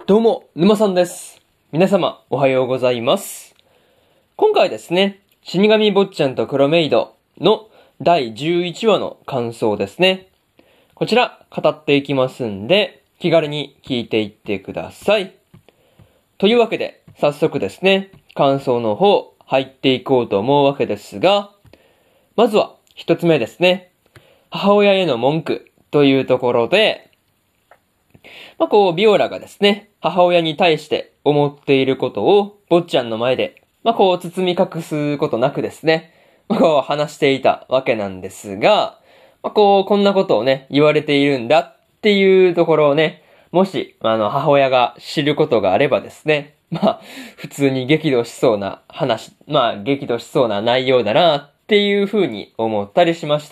どうも、沼さんです。皆様、おはようございます。今回ですね、死神坊ちゃんと黒メイドの第11話の感想ですね。こちら、語っていきますんで、気軽に聞いていってください。というわけで、早速ですね、感想の方、入っていこうと思うわけですが、まずは、一つ目ですね。母親への文句というところで、ビオラがですね、母親に対して思っていることを、坊ちゃんの前で、包み隠すことなくですね、話していたわけなんですが、こんなことをね、言われているんだっていうところをね、もし、母親が知ることがあればですね、普通に激怒しそうな話、激怒しそうな内容だなっていう風に思ったりしました。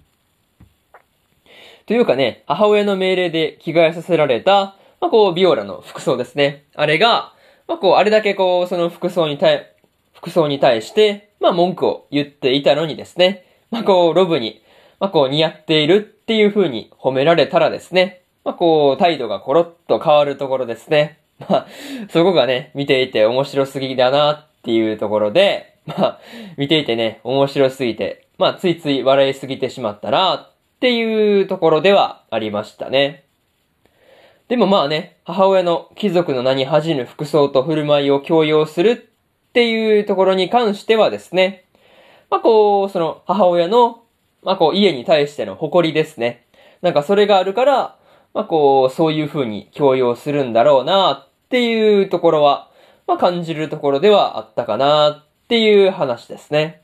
というかね、母親の命令で着替えさせられた、ビオラの服装ですね。あれが、あれだけその服装に対して、文句を言っていたのにですね、ロブに、似合っているっていう風に褒められたらですね、態度がコロッと変わるところですね。そこがね、見ていて面白すぎだなっていうところで、見ていてね、面白すぎて、ついつい笑いすぎてしまったなっていうところではありましたね。でも母親の貴族の名に恥じぬ服装と振る舞いを強要するっていうところに関してはですね、その母親の、家に対しての誇りですね。それがあるから、そういう風に強要するんだろうなっていうところは、感じるところではあったかなっていう話ですね。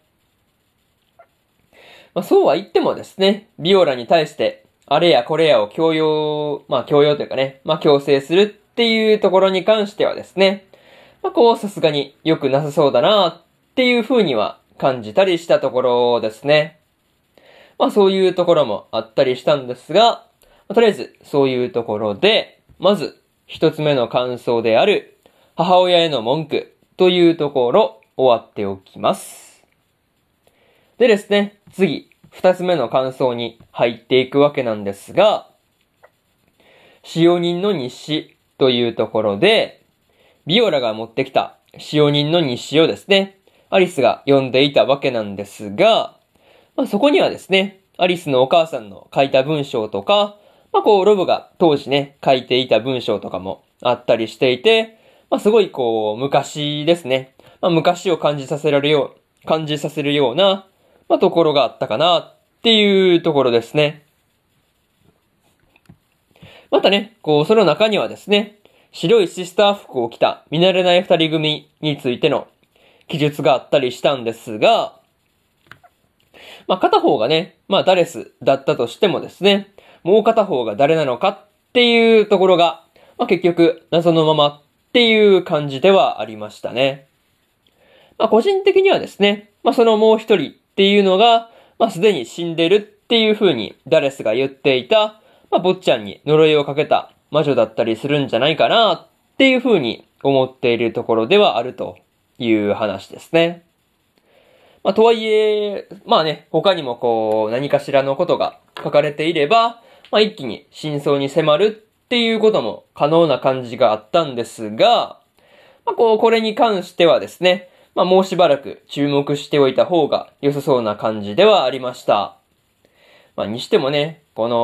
そうは言ってもですね、ビオラに対して、あれやこれやを強要というかね、強制するっていうところに関してはですね、さすがに良くなさそうだなっていう風には感じたりしたところですね。そういうところもあったりしたんですが、とりあえずそういうところで、まず一つ目の感想である母親への文句というところ終わっておきます。でですね、次、二つ目の感想に入っていくわけなんですが、使用人の日誌というところで、ビオラが持ってきた使用人の日誌をですね、アリスが読んでいたわけなんですが、そこにはですね、アリスのお母さんの書いた文章とか、ロブが当時ね、書いていた文章とかもあったりしていて、すごい昔ですね、昔を感じさせるような、ところがあったかなっていうところですね。またね、その中にはですね、白いシスター服を着た見慣れない二人組についての記述があったりしたんですが、片方がね、ダレスだったとしてもですね、もう片方が誰なのかっていうところが、結局謎のままっていう感じではありましたね。個人的にはですね、そのもう一人っていうのが、すでに死んでるっていう風にダレスが言っていた、坊ちゃんに呪いをかけた魔女だったりするんじゃないかなっていう風に思っているところではあるという話ですね。とはいえ、他にも何かしらのことが書かれていれば、一気に真相に迫るっていうことも可能な感じがあったんですが、これに関してはですね、もうしばらく注目しておいた方が良さそうな感じではありました。にしてもね、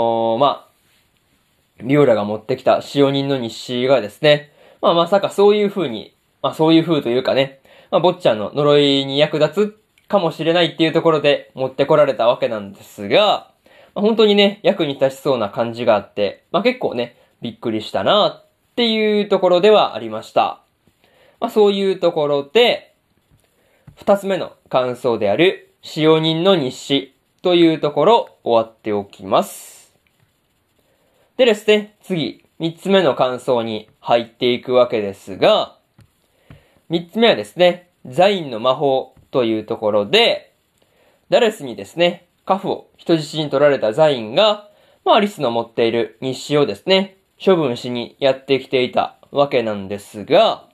ビオラが持ってきた使用人の日誌がですね、まさかそういう風に、そういう風というかね、坊ちゃんの呪いに役立つかもしれないっていうところで持ってこられたわけなんですが、本当にね、役に立ちそうな感じがあって、結構ね、びっくりしたなっていうところではありました。そういうところで、二つ目の感想である使用人の日誌というところ終わっておきます。でですね、次、三つ目の感想に入っていくわけですが、三つ目はですね、ザインの魔法というところで、ダレスにですね、カフを人質に取られたザインが、アリスの持っている日誌をですね、処分しにやってきていたわけなんですが、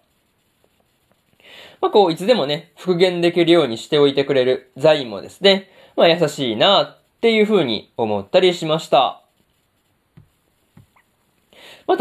いつでもね、復元できるようにしておいてくれるザインもですね、優しいなっていう風に思ったりしました。またね、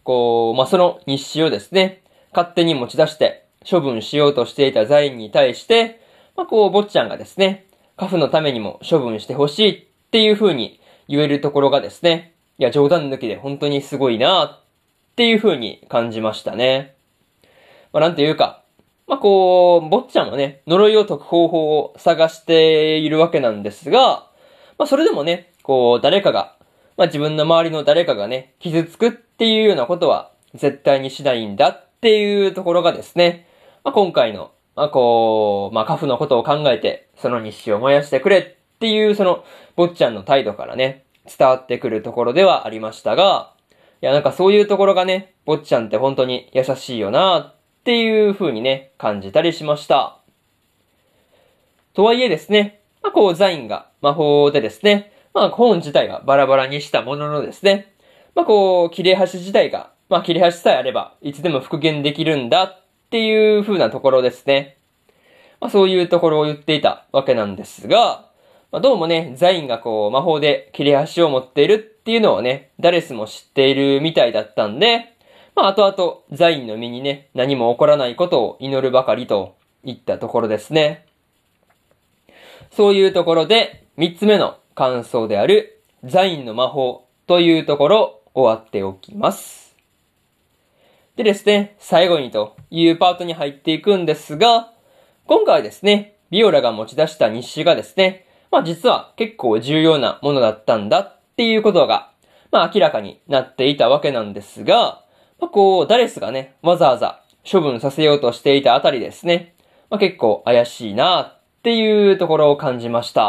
その日誌をですね、勝手に持ち出して処分しようとしていた座員に対して、坊ちゃんがですね、家父のためにも処分してほしいっていう風に言えるところがですね、いや、冗談抜きで本当にすごいなっていう風に感じましたね。なんていうか、坊ちゃんはね、呪いを解く方法を探しているわけなんですが、それでもね、誰かが、自分の周りの誰かがね、傷つくっていうようなことは絶対にしないんだっていうところがですね、今回の、家父のことを考えて、その日誌を燃やしてくれっていう、坊ちゃんの態度からね、伝わってくるところではありましたが、いや、そういうところがね、坊ちゃんって本当に優しいよなっていう風にね、感じたりしました。とはいえですね、ザインが魔法でですね、本自体はバラバラにしたもののですね、切れ端自体が、切れ端さえあれば、いつでも復元できるんだっていう風なところですね。そういうところを言っていたわけなんですが、どうもね、ザインが魔法で切れ端を持っているっていうのをね、ダレスも知っているみたいだったんで、後々ザインの身にね、何も起こらないことを祈るばかりといったところですね。そういうところで、三つ目の感想である、ザインの魔法というところ、終わっておきます。でですね、最後にというパートに入っていくんですが、今回はですね、ビオラが持ち出した日誌がですね、実は結構重要なものだったんだっていうことが、明らかになっていたわけなんですが、ダレスがね、わざわざ処分させようとしていたあたりですね、結構怪しいなっていうところを感じました。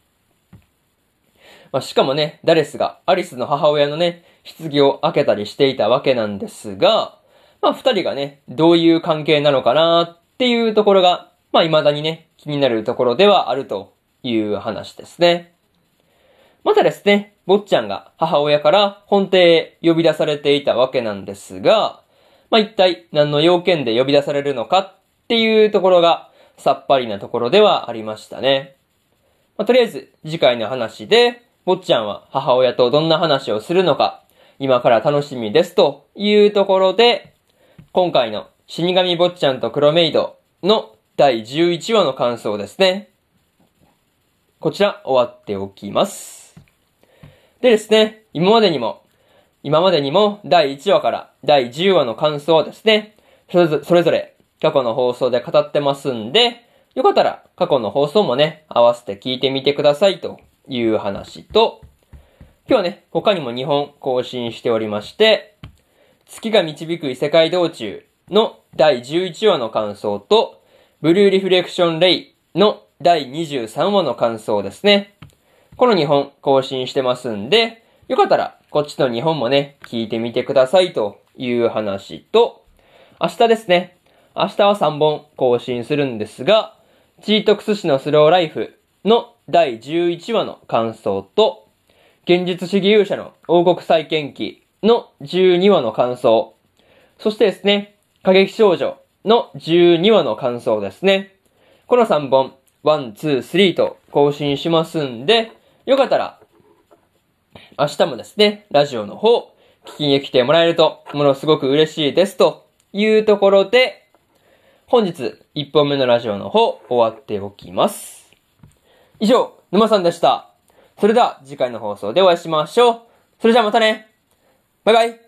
しかもね、ダレスがアリスの母親のね、棺を開けたりしていたわけなんですが、二人がね、どういう関係なのかなっていうところが、未だにね、気になるところではあるという話ですね。またですね、坊ちゃんが母親から本邸へ呼び出されていたわけなんですが、一体何の要件で呼び出されるのかっていうところがさっぱりなところではありましたね。とりあえず次回の話で、坊ちゃんは母親とどんな話をするのか、今から楽しみですというところで、今回の死神坊ちゃんと黒メイドの第11話の感想ですね。こちら終わっておきます。でですね、今までにも第1話から第10話の感想をですね、それぞれ過去の放送で語ってますんで、よかったら過去の放送もね、合わせて聞いてみてくださいという話と、今日はね、他にも2本更新しておりまして、月が導く異世界道中の第11話の感想と、ブルーリフレクションレイの第23話の感想ですね。この2本更新してますんで、よかったらこっちの2本もね、聞いてみてくださいという話と、明日ですね。明日は3本更新するんですが、チートクス氏のスローライフの第11話の感想と、現実主義勇者の王国再建記の12話の感想、そしてですね、過激少女の12話の感想ですね。この3本、1、2、3と更新しますんで、よかったら、明日もですね、ラジオの方、聞きに来てもらえると、ものすごく嬉しいですというところで、本日1本目のラジオの方、終わっておきます。以上、沼さんでした。それでは次回の放送でお会いしましょう。それじゃあまたね。バイバイ。